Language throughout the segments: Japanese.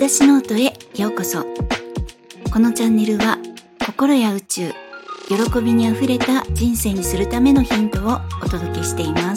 私ノートへようこそ。このチャンネルは心や宇宙、喜びにあふれた人生にするためのヒントをお届けしています。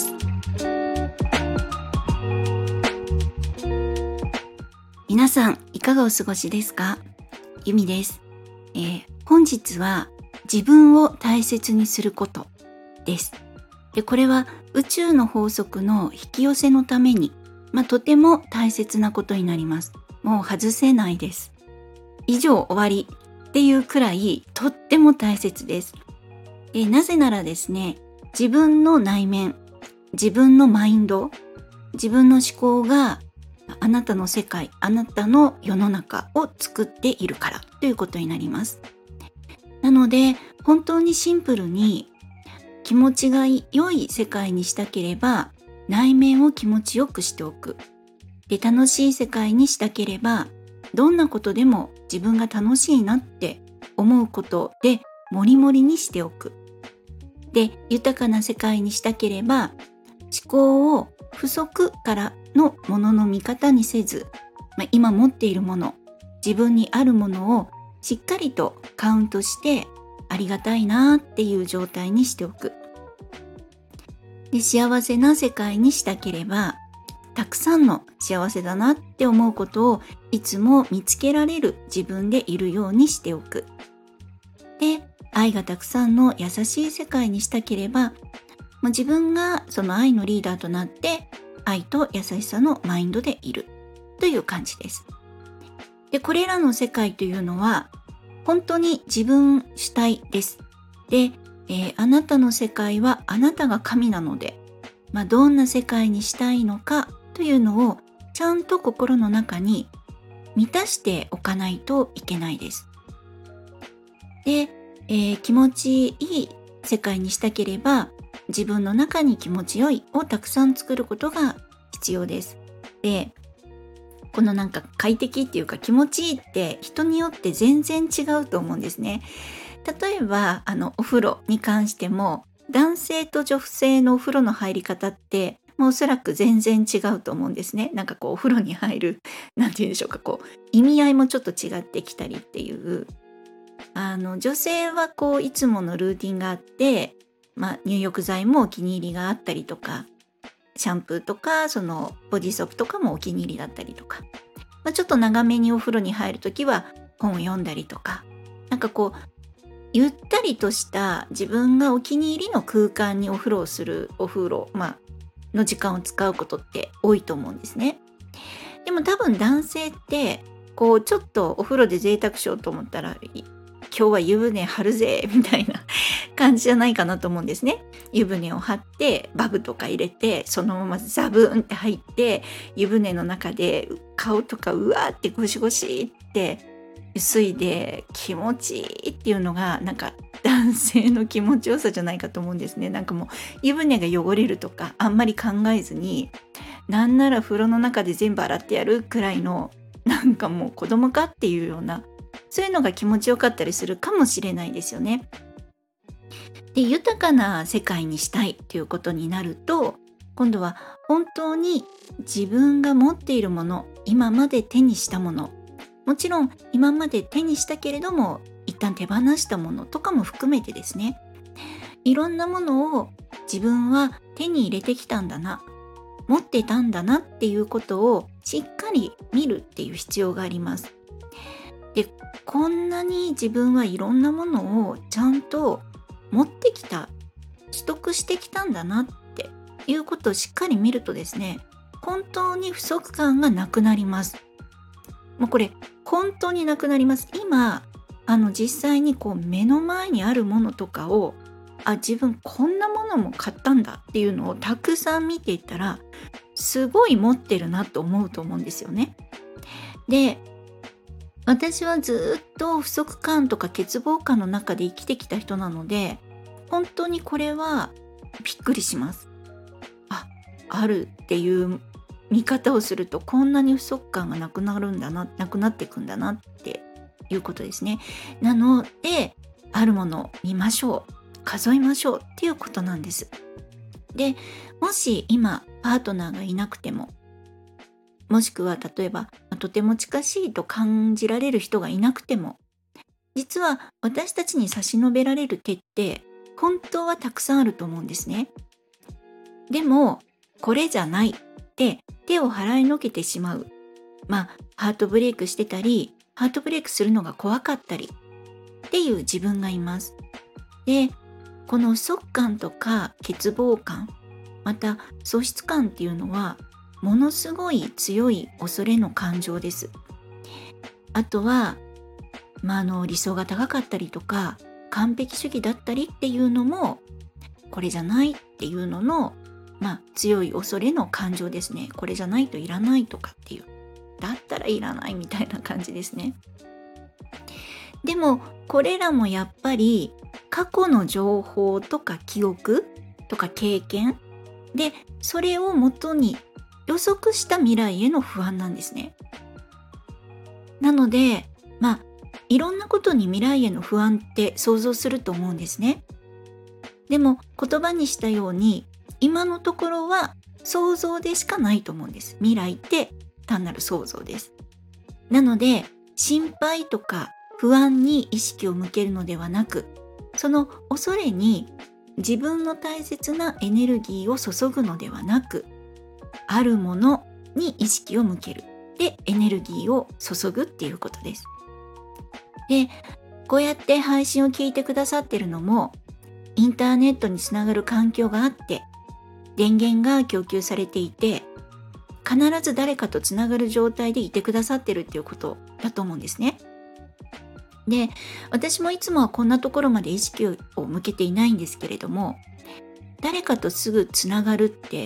皆さんいかがお過ごしですか？ゆみです。本日は自分を大切にすることです。で、これは宇宙の法則の引き寄せのために、とても大切なことになります。もう外せないです。以上終わりっていうくらいとっても大切です。なぜならですね、自分の内面、自分のマインド、自分の思考があなたの世界、あなたの世の中を作っているからということになります。なので本当にシンプルに気持ちが良い世界にしたければ内面を気持ちよくしておく。で、楽しい世界にしたければどんなことでも自分が楽しいなって思うことでもりもりにしておく。で、豊かな世界にしたければ思考を不足からのものの見方にせず、今持っているもの、自分にあるものをしっかりとカウントしてありがたいなっていう状態にしておく。で、幸せな世界にしたければたくさんの幸せだなって思うことをいつも見つけられる自分でいるようにしておく。で、愛がたくさんの優しい世界にしたければ自分がその愛のリーダーとなって愛と優しさのマインドでいるという感じです。で、これらの世界というのは本当に自分主体です。で、あなたの世界はあなたが神なので、どんな世界にしたいのかというのをちゃんと心の中に満たしておかないといけないです。で、気持ちいい世界にしたければ自分の中に気持ちよいをたくさん作ることが必要です。で、この快適っていうか気持ちいいって人によって全然違うと思うんですね。例えばお風呂に関しても男性と女性のお風呂の入り方っておそらく全然違うと思うんですね。お風呂に入るなんて言うんでしょうか、意味合いもちょっと違ってきたりっていう、女性はいつものルーティンがあって、入浴剤もお気に入りがあったりとか、シャンプーとかそのボディソープとかもお気に入りだったりとか、ちょっと長めにお風呂に入るときは本を読んだりとか、ゆったりとした自分がお気に入りの空間にお風呂をするの時間を使うことって多いと思うんですね。でも多分男性ってちょっとお風呂で贅沢しようと思ったら今日は湯船張るぜみたいな感じじゃないかなと思うんですね。湯船を張ってバブとか入れてそのままザブーンって入って湯船の中で顔とかうわーってゴシゴシってゆすいで気持ちいいっていうのが男性の気持ちよさじゃないかと思うんですね。もう湯船が汚れるとかあんまり考えずに、なんなら風呂の中で全部洗ってやるくらいのもう子供かっていうような、そういうのが気持ちよかったりするかもしれないですよね。で、豊かな世界にしたいということになると、今度は本当に自分が持っているもの、今まで手にしたもの、もちろん今まで手にしたけれども一旦手放したものとかも含めてですね、いろんなものを自分は手に入れてきたんだな、持ってたんだなっていうことをしっかり見るっていう必要があります。で、こんなに自分はいろんなものをちゃんと持ってきた、取得してきたんだなっていうことをしっかり見るとですね、本当に不足感がなくなります。もうこれ本当になくなります。今実際に目の前にあるものとかを自分こんなものも買ったんだっていうのをたくさん見ていったらすごい持ってるなと思うと思うんですよね。で、私はずっと不足感とか欠乏感の中で生きてきた人なので、本当にこれはびっくりします。あるっていう見方をするとこんなに不足感がなくなるんだな、なくなっていくんだなっていうことですね。なのであるものを見ましょう、数えましょうっていうことなんです。で、もし今パートナーがいなくてももしくは例えばとても近しいと感じられる人がいなくても、実は私たちに差し伸べられる手って本当はたくさんあると思うんですね。でもこれじゃないって手を払いのけてしまう、ハートブレイクしてたり、ハートブレイクするのが怖かったりっていう自分がいます。で、この即感とか欠乏感、また喪失感っていうのはものすごい強い恐れの感情です。あとは、理想が高かったりとか完璧主義だったりっていうのもこれじゃないっていうのの、強い恐れの感情ですね。これじゃないといらないとかっていう、だったらいらないみたいな感じですね。でもこれらもやっぱり過去の情報とか記憶とか経験で、それをもとに予測した未来への不安なんですね。なので、いろんなことに未来への不安って想像すると思うんですね。でも言葉にしたように今のところは想像でしかないと思うんです。未来って単なる想像です。なので心配とか不安に意識を向けるのではなく、その恐れに自分の大切なエネルギーを注ぐのではなく、あるものに意識を向ける。で、エネルギーを注ぐっていうことです。で、こうやって配信を聞いてくださってるのも、インターネットにつながる環境があって、電源が供給されていて、必ず誰かとつながる状態でいてくださってるっていうことだと思うんですね。で、私もいつもはこんなところまで意識を向けていないんですけれども、誰かとすぐつながるって、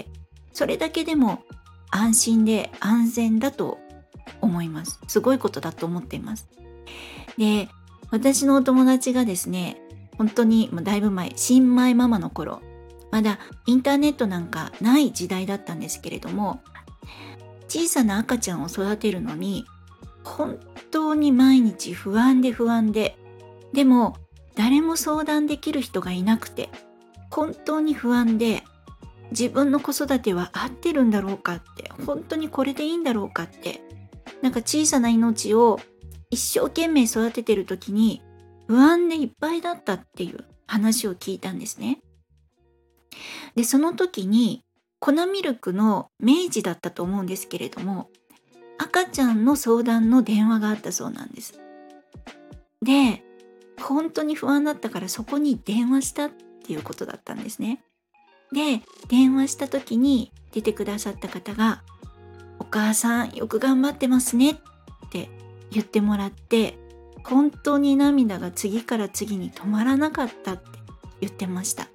それだけでも安心で安全だと思います。すごいことだと思っています。で、私のお友達がですね、本当にだいぶ前、新米ママの頃、まだインターネットなんかない時代だったんですけれども、小さな赤ちゃんを育てるのに本当に毎日不安で、でも誰も相談できる人がいなくて、本当に不安で、自分の子育ては合ってるんだろうかって、本当にこれでいいんだろうかって、小さな命を一生懸命育ててる時に不安でいっぱいだったっていう話を聞いたんですね。で、その時に粉ミルクの明治だったと思うんですけれども、赤ちゃんの相談の電話があったそうなんです。で、本当に不安だったからそこに電話したっていうことだったんですね。で、電話した時に出てくださった方が、お母さんよく頑張ってますねって言ってもらって、本当に涙が次から次に止まらなかったって言ってました。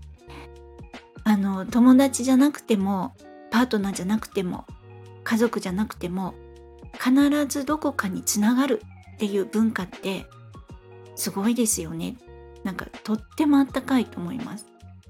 友達じゃなくても、パートナーじゃなくても、家族じゃなくても、必ずどこかにつながるっていう文化ってすごいですよね。とってもあったかいと思います。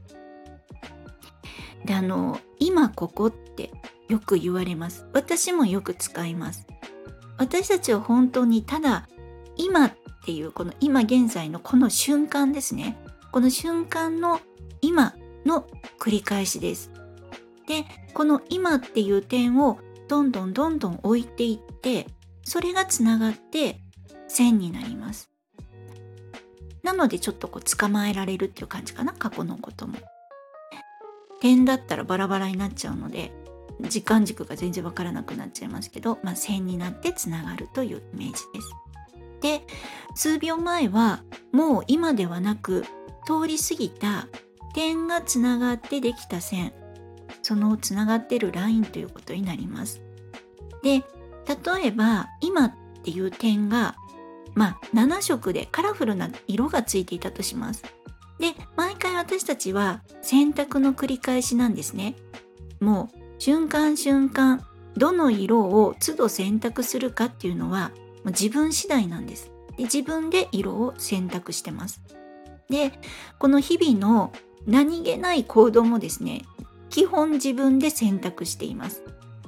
で、今ここってよく言われます。私もよく使います。私たちは本当にただ今っていう、この今現在のこの瞬間ですね。この瞬間の今の繰り返しです。で、この今っていう点をどんどん置いていって、それがつながって線になります。なのでちょっと捕まえられるっていう感じかな、過去のことも。点だったらバラバラになっちゃうので、時間軸が全然わからなくなっちゃいますけど、線になってつながるというイメージです。で、数秒前はもう今ではなく、通り過ぎた点がつながってできた線、そのつながってるラインということになります。で、例えば今っていう点が7色でカラフルな色がついていたとします。で、毎回私たちは選択の繰り返しなんですね。もう瞬間瞬間、どの色を都度選択するかっていうのは自分次第なんです。で、自分で色を選択してます。で、この日々の何気ない行動もですね、基本自分で選択しています。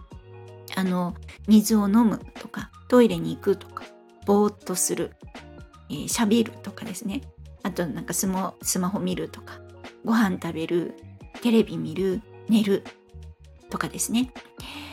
水を飲むとか、トイレに行くとか、ぼーっとする、喋るとかですね。あとスマホ見るとか、ご飯食べる、テレビ見る、寝るとかですね。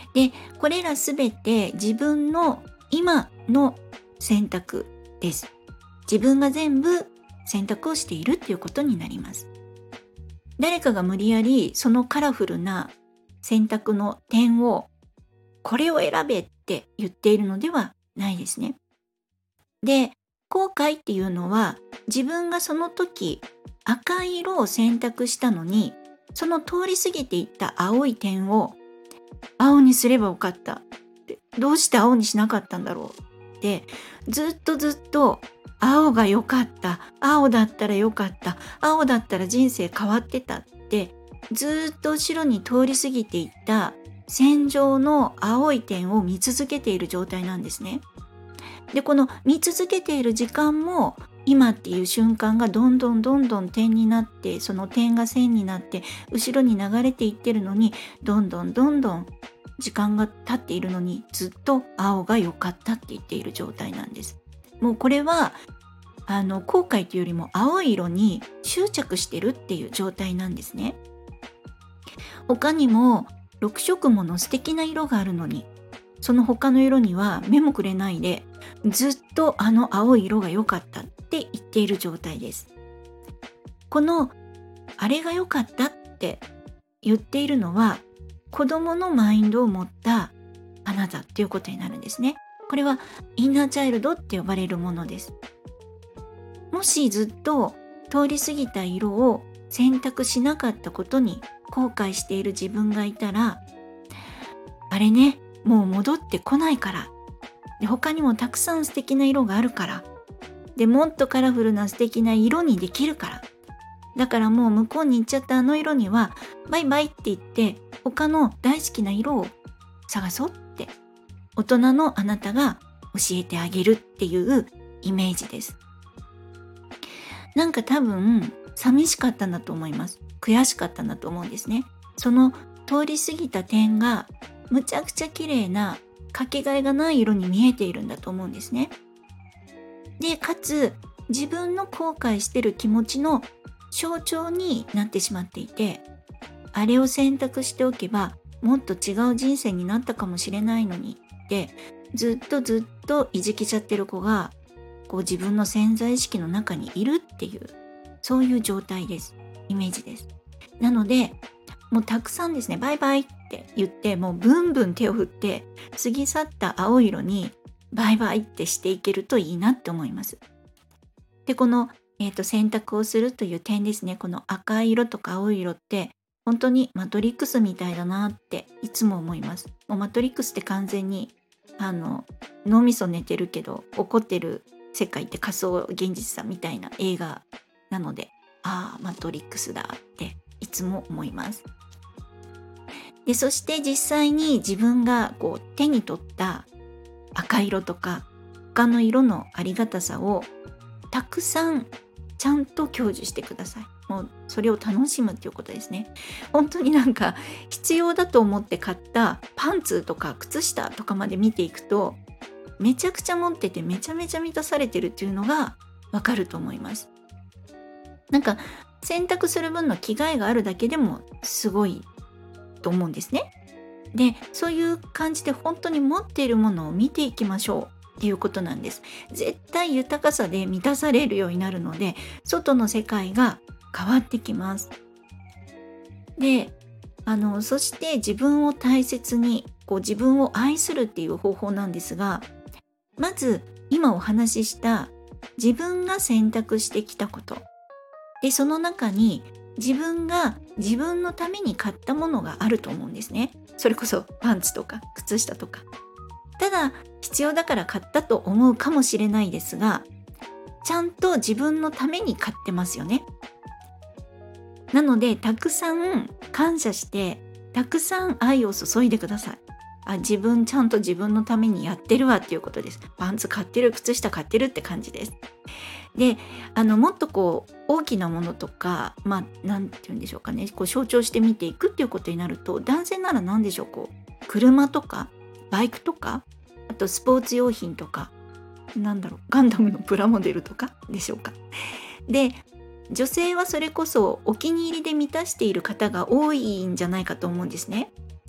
で、これらすべて自分の今の選択です。自分が全部選択をしているっていうことになります。誰かが無理やりそのカラフルな選択の点をこれを選べって言っているのではないですね。で、後悔っていうのは自分がその時赤い色を選択したのに、その通り過ぎていった青い点を青にすればよかった。どうして青にしなかったんだろうってずっと青が良かった、青だったら良かった、青だったら人生変わってたってずっと後ろに通り過ぎていった線上の青い点を見続けている状態なんですね。で、この見続けている時間も今っていう瞬間がどんどん点になって、その点が線になって後ろに流れていってるのに、どんどん時間が経っているのにずっと青が良かったって言っている状態なんです。もうこれは後悔というよりも青い色に執着してるっていう状態なんですね。他にも6色もの素敵な色があるのに、その他の色には目もくれないでずっと青い色が良かったって言っている状態です。このあれが良かったって言っているのは子供のマインドを持ったあなたっていうことになるんですね。これはインナーチャイルドって呼ばれるものです。もしずっと通り過ぎた色を選択しなかったことに後悔している自分がいたら、あれね、もう戻ってこないから、で他にもたくさん素敵な色があるから、でもっとカラフルな素敵な色にできるから、だからもう向こうに行っちゃったあの色にはバイバイって言って他の大好きな色を探そうって大人のあなたが教えてあげるっていうイメージです。なんか多分寂しかったんだと思います。悔しかったんだと思うんですね。その通り過ぎた点がむちゃくちゃ綺麗なかけがえがない色に見えているんだと思うんですね。で、かつ自分の後悔してる気持ちの象徴になってしまっていて、あれを選択しておけばもっと違う人生になったかもしれないのにってずっといじけちゃってる子がこう自分の潜在意識の中にいるっていう、そういう状態です。イメージです。なのでもうたくさんですね、バイバイって言ってもうブンブン手を振って過ぎ去った青色にバイバイってしていけるといいなって思います。で、この、選択をするという点ですね。この赤い色とか青い色って本当にマトリックスみたいだなっていつも思います。もうマトリックスって完全に脳みそ寝てるけど起こってる世界って仮想現実さみたいな映画なので、マトリックスだっていつも思います。で、そして実際に自分がこう手に取った赤色とか他の色のありがたさをたくさんちゃんと享受してください。もうそれを楽しむっていうことですね。本当になんか必要だと思って買ったパンツとか靴下とかまで見ていくと、めちゃくちゃ持っててめちゃめちゃ満たされてるっていうのがわかると思います。なんか選択する分の着替えがあるだけでもすごいと思うんですね。で、そういう感じで本当に持っているものを見ていきましょうっていうことなんです。絶対豊かさで満たされるようになるので、外の世界が変わってきます。で、そして自分を大切にこう自分を愛するっていう方法なんですが、まず今お話しした自分が選択してきたことで、その中に自分が自分のために買ったものがあると思うんですね。それこそパンツとか靴下とか。ただ必要だから買ったと思うかもしれないですが、ちゃんと自分のために買ってますよね。なのでたくさん感謝してたくさん愛を注いでください。自分ちゃんと自分のためにやってるわっていうことです。パンツ買ってる、靴下買ってるって感じです。で、もっとこう大きなものとか、なんて言うんでしょうかね、こう象徴して見ていくっていうことになると、男性なら何でしょう、こう車とかバイクとか、あとスポーツ用品とか、ガンダムのプラモデルとかでしょうか。で、女性はそれこそお気に入りで満たしている方が多いんじゃないかと思うんですね。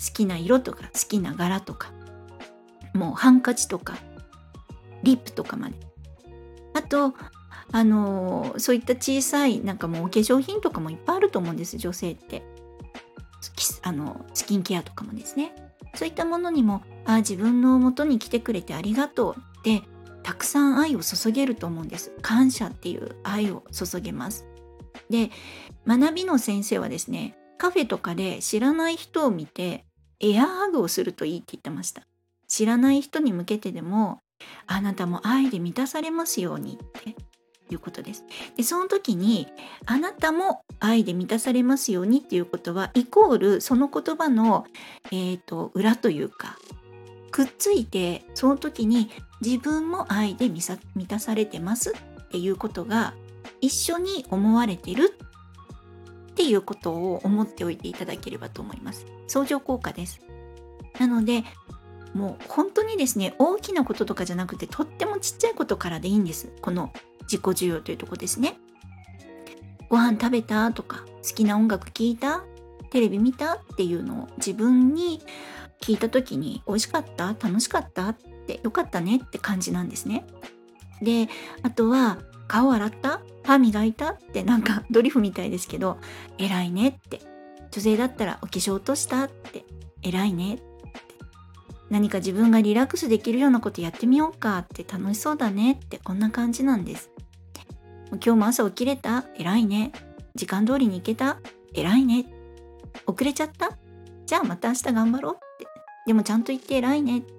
好きな色とか好きな柄とか、もうハンカチとかリップとかまで、あとそういった小さいなんかもうお化粧品とかもいっぱいあると思うんです。女性ってスキンケアとかもですね。そういったものにも自分の元に来てくれてありがとうってたくさん愛を注げると思うんです。感謝っていう愛を注げます。で、学びの先生はですね、カフェとかで知らない人を見てエアハグをするといいって言ってました。知らない人に向けてでも、あなたも愛で満たされますようにっていうことです。で、その時にあなたも愛で満たされますようにっていうことはイコールその言葉の、裏というかくっついて、その時に自分も愛で満たされてますっていうことが一緒に思われてるっていうことを思っておいていただければと思います。相乗効果です。なのでもう本当にですね、大きなこととかじゃなくてとってもちっちゃいことからでいいんです。この自己需要というとこですね。ご飯食べたとか、好きな音楽聴いた、テレビ見たっていうのを自分に聞いた時に、美味しかった、楽しかったって、よかったねって感じなんですね。で、あとは顔洗った、歯磨いたって、なんかドリフみたいですけど、偉いねって。女性だったらお化粧落としたって、偉いねって。何か自分がリラックスできるようなことやってみようかって、楽しそうだねって、こんな感じなんです。今日も朝起きれた、偉いね。時間通りに行けた、偉いね。遅れちゃった、じゃあまた明日頑張ろうって。でもちゃんと言って偉いねって。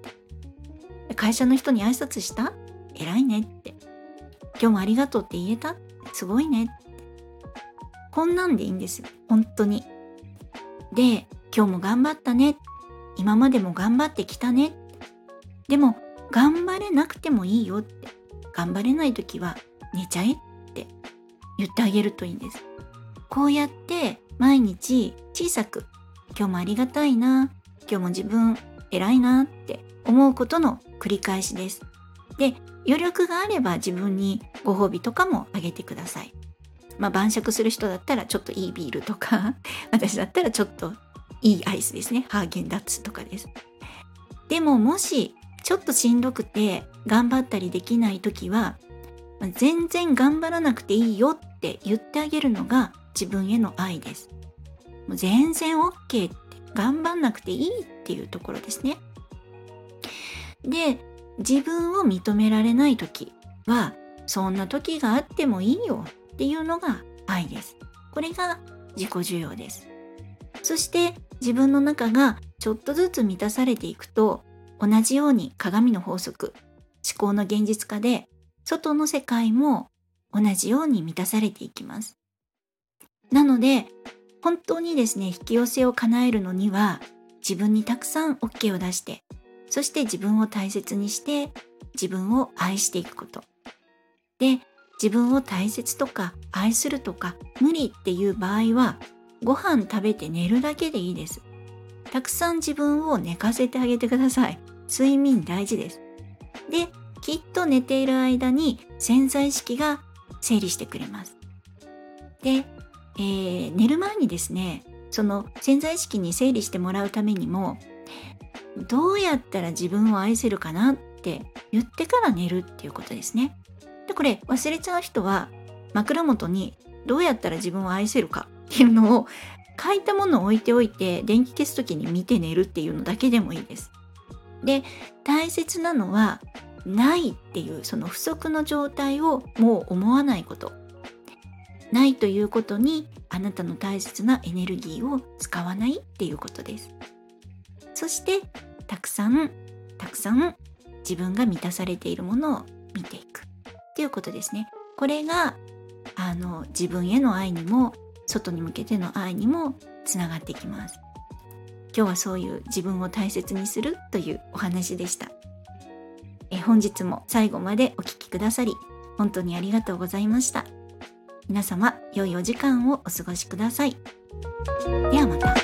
会社の人に挨拶した、偉いねって。今日もありがとうって言えた、すごいねって。こんなんでいいんですよ、本当に。で、今日も頑張ったね。今までも頑張ってきたね。でも頑張れなくてもいいよって。頑張れない時は寝ちゃえって言ってあげるといいんです。こうやって毎日小さく、今日もありがたいな、今日も自分偉いなって思うことの繰り返しです。で、余力があれば自分にご褒美とかもあげてください。晩酌する人だったらちょっといいビールとか私だったらちょっといいアイスですね。ハーゲンダッツとかです。でももしちょっとしんどくて頑張ったりできない時は、全然頑張らなくていいよって言ってあげるのが自分への愛です。もう全然 OK って、頑張んなくていいっていうところですね。で、自分を認められない時は、そんな時があってもいいよっていうのが愛です。これが自己需要です。そして自分の中がちょっとずつ満たされていくと、同じように鏡の法則、思考の現実化で外の世界も同じように満たされていきます。なので本当にですね、引き寄せを叶えるのには、自分にたくさん OK を出して、そして自分を大切にして自分を愛していくことで、自分を大切とか愛するとか無理っていう場合は、ご飯食べて寝るだけでいいです。たくさん自分を寝かせてあげてください。睡眠大事です。で、きっと寝ている間に潜在意識が整理してくれます。で、寝る前にですね、その潜在意識に整理してもらうためにも、どうやったら自分を愛せるかなって言ってから寝るっていうことですね。で、これ忘れちゃう人は枕元にどうやったら自分を愛せるかっていうのを書いたものを置いておいて、電気消す時に見て寝るっていうのだけでもいいです。で、大切なのはないっていうその不足の状態をもう思わないこと。ないということにあなたの大切なエネルギーを使わないっていうことです。そしてたくさん自分が満たされているものを見ていくっていうことですね。これが自分への愛にも外に向けての愛にもつながってきます。今日はそういう自分を大切にするというお話でした。本日も最後までお聞きくださり本当にありがとうございました。皆様良いお時間をお過ごしください。ではまた。